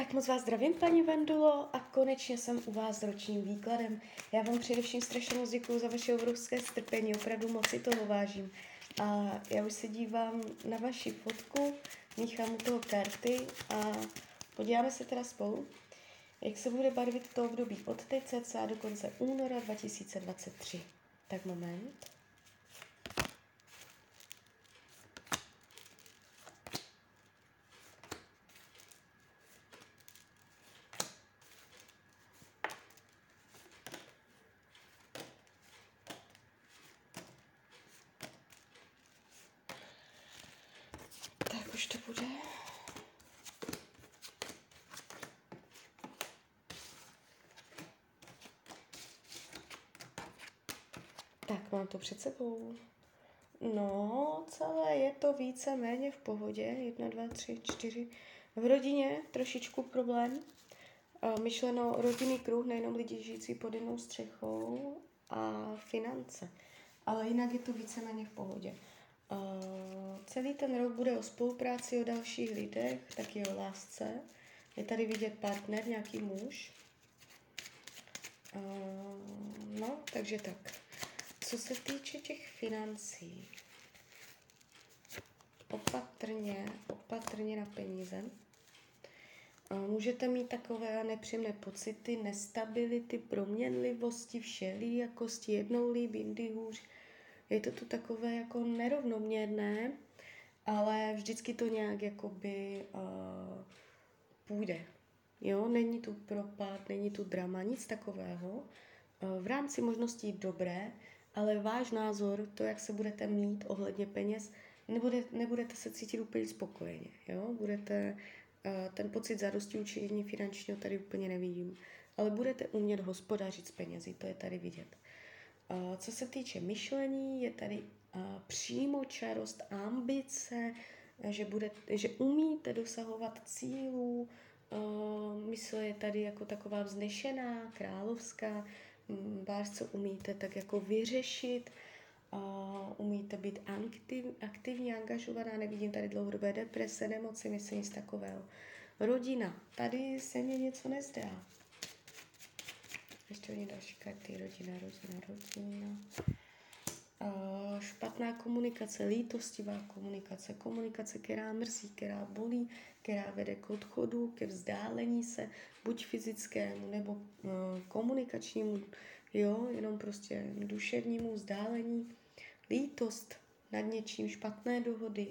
Tak moc vás zdravím, paní Vendulo, a konečně jsem u vás s ročním výkladem. Já vám především strašně moc děkuju za vaše obrovské strpení, opravdu moc si toho vážím. A já už se dívám na vaši fotku, míchám u toho karty a podíváme se teda spolu, jak se bude barvit to období od teď cca do konce února 2023. Tak moment. Tak už to bude. Tak, mám to před sebou. No, celé je to více-méně v pohodě. 1, 2, 3, 4. V rodině trošičku problém. Myšleno rodinný kruh, nejenom lidi žijící pod jednou střechou a finance. Ale jinak je to víceméně v pohodě. Celý ten rok bude o spolupráci, o dalších lidech, taky o lásce. Je tady vidět partner, nějaký muž. No, takže tak. Co se týče těch financí, opatrně na peníze. Můžete mít takové nepříjemné pocity, nestability, proměnlivosti, všelijakosti, jednou líp, jindy hůř. Je to tu takové jako nerovnoměrné, ale vždycky to nějak jakoby půjde. Jo, není tu propad, není tu drama, nic takového. V rámci možností dobré, ale váš názor, to, jak se budete mít ohledně peněz, nebudete se cítit úplně spokojeně. Jo? Ten pocit zadostiučinění finančního tady úplně nevidím, ale budete umět hospodařit s penězi, to je tady vidět. Co se týče myšlení, je tady přímočarost, ambice, že umíte dosahovat cílů, mysl je tady jako taková vznešená, královská, vás co umíte tak jako vyřešit, umíte být aktivně angažovaná, nevidím tady dlouhodobé deprese, nemoci, myslím nic takového. Rodina, tady se mně něco nezdá. Ještě oni další karty, rodina. Špatná komunikace, lítostivá komunikace, která mrzí, která bolí, která vede k odchodu, ke vzdálení se, buď fyzickému nebo komunikačnímu, jo, jenom prostě duševnímu vzdálení, lítost nad něčím, špatné dohody,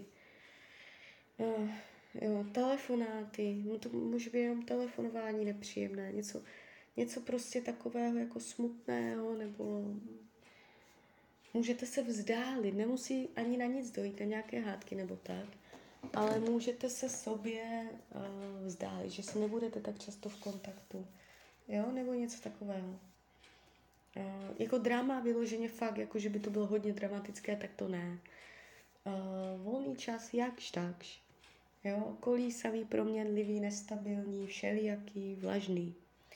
telefonáty, to může být jenom telefonování nepříjemné, něco prostě takového jako smutného, nebo můžete se vzdálit, nemusí ani na nic dojít, na nějaké hádky nebo tak, ale můžete se sobě vzdálit, že se nebudete tak často v kontaktu, jo, nebo něco takového. Jako drama vyloženě fakt, jako že by to bylo hodně dramatické, tak to ne. Volný čas jakž takž, jo, kolísavý, proměnlivý, nestabilní, všelijaký, vlažný.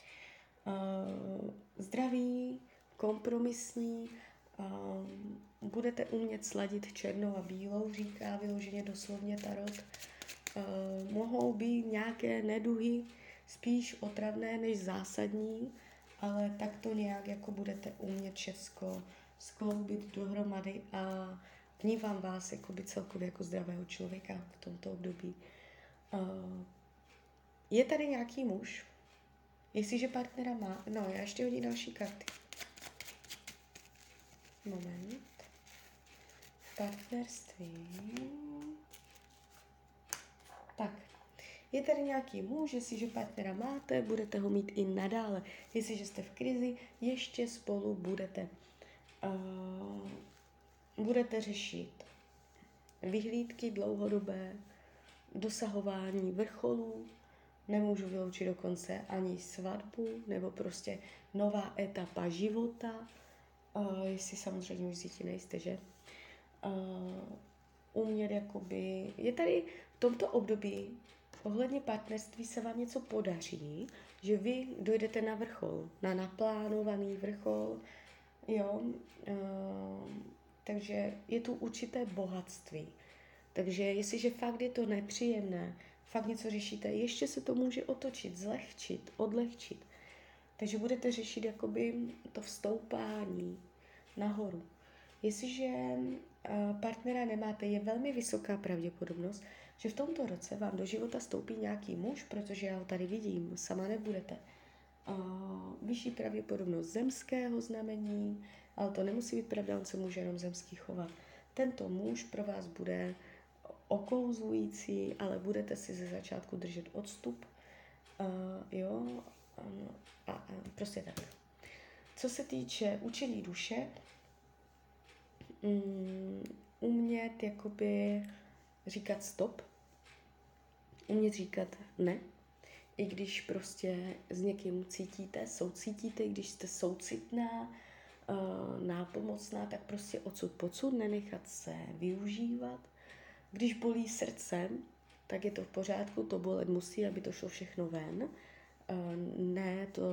Zdravý, kompromisní, budete umět sladit černou a bílou, říká vyloženě doslovně tarot. Mohou být nějaké neduhy, spíš otravné než zásadní, ale tak to nějak jako budete umět všecko skloubit dohromady a vnímám vás jakoby celkově jako zdravého člověka v tomto období. Je tady nějaký muž? Jestliže partnera má, no já ještě hodím další karty. Moment. Partnerství. Tak. Je tady nějaký muž, jestliže partnera máte, budete ho mít i nadále. Jestliže jste v krizi, ještě spolu budete řešit vyhlídky dlouhodobé, dosahování vrcholů, nemůžu vyloučit dokonce ani svatbu, nebo prostě nová etapa života, jestli samozřejmě už děti nejste, že? Umět jakoby, je tady v tomto období ohledně partnerství se vám něco podaří, že vy dojdete na vrchol, na naplánovaný vrchol, jo, takže je tu určité bohatství. Takže jestliže fakt je to nepříjemné, fakt něco řešíte, ještě se to může otočit, zlehčit, odlehčit. Takže budete řešit jakoby to vstoupání nahoru. Jestliže partnera nemáte, je velmi vysoká pravděpodobnost, že v tomto roce vám do života stoupí nějaký muž, protože já ho tady vidím, sama nebudete. Vyšší pravděpodobnost zemského znamení, ale to nemusí být pravda, on se může jenom zemský chovat. Tento muž pro vás bude okouzlující, ale budete si ze začátku držet odstup. Prostě tak. Co se týče učení duše, umět jakoby říkat stop, umět říkat ne, i když prostě s někým cítíte, soucítíte, když jste soucitná, nápomocná, tak prostě odsud pocud, nenechat se využívat. Když bolí srdcem, tak je to v pořádku, to bolet musí, aby to šlo všechno ven. Ne to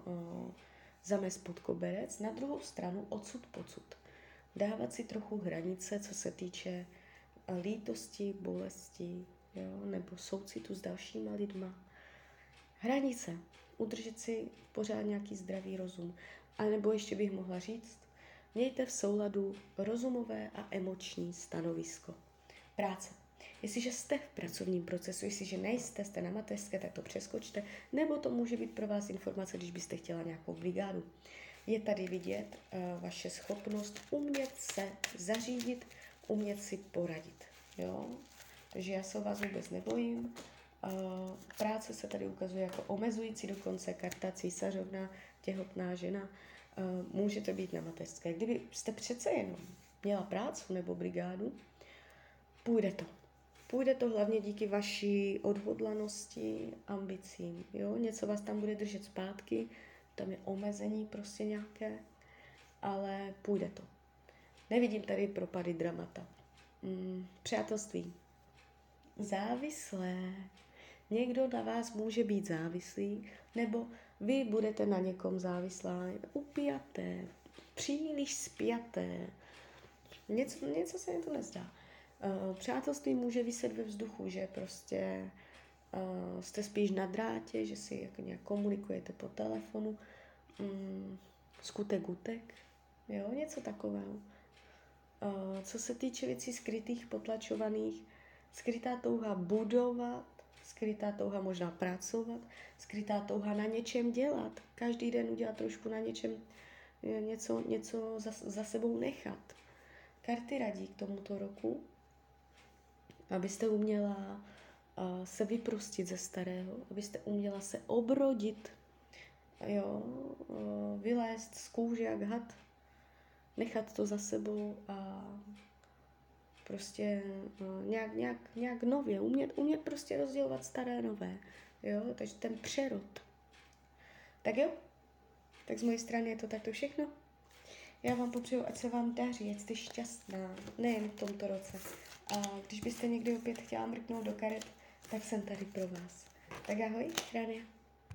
zamést pod koberec. Na druhou stranu odsud pocud. Dávat si trochu hranice, co se týče lítosti, bolesti, jo, nebo soucitu s dalšíma lidma. Hranice. Udržet si pořád nějaký zdravý rozum. A nebo ještě bych mohla říct, mějte v souladu rozumové a emoční stanovisko. Práce. Jestliže jste v pracovním procesu, jestliže nejste, jste na mateřské, tak to přeskočte, nebo to může být pro vás informace, když byste chtěla nějakou brigádu. Je tady vidět vaše schopnost umět se zařídit, umět si poradit. Jo? Takže já se o vás vůbec nebojím. Práce se tady ukazuje jako omezující, dokonce karta císařovna, těhotná žena. Můžete být na mateřské. Kdyby jste přece jenom měla práci nebo brigádu, půjde to. Půjde to hlavně díky vaší odhodlanosti, ambicím. Jo? Něco vás tam bude držet zpátky, tam je omezení prostě nějaké, ale půjde to. Nevidím tady propady dramata. Přátelství. Závislé. Někdo na vás může být závislý, nebo vy budete na někom závislá, upjaté, příliš spjaté. Něco se mi to nezdá. Přátelství může viset ve vzduchu, že prostě jste spíš na drátě, že si jako nějak komunikujete po telefonu, skutek gutek, jo, něco takového. Co se týče věcí skrytých, potlačovaných, skrytá touha budovat, skrytá touha možná pracovat, skrytá touha na něčem dělat, každý den udělat trošku na něčem, něco za sebou nechat. Karty radí k tomuto roku, abyste uměla se vyprostit ze starého, abyste uměla se obrodit, jo, vylézt z kůže jak had, nechat to za sebou a prostě nějak nově, umět prostě rozdělovat staré nové, jo, takže ten přerod. Tak jo, tak z mojej strany je to takto všechno. Já vám popřeju, ať se vám daří, ať jste šťastná, nejen v tomto roce. A když byste někdy opět chtěla mrknout do karet, tak jsem tady pro vás. Tak ahoj, Rania.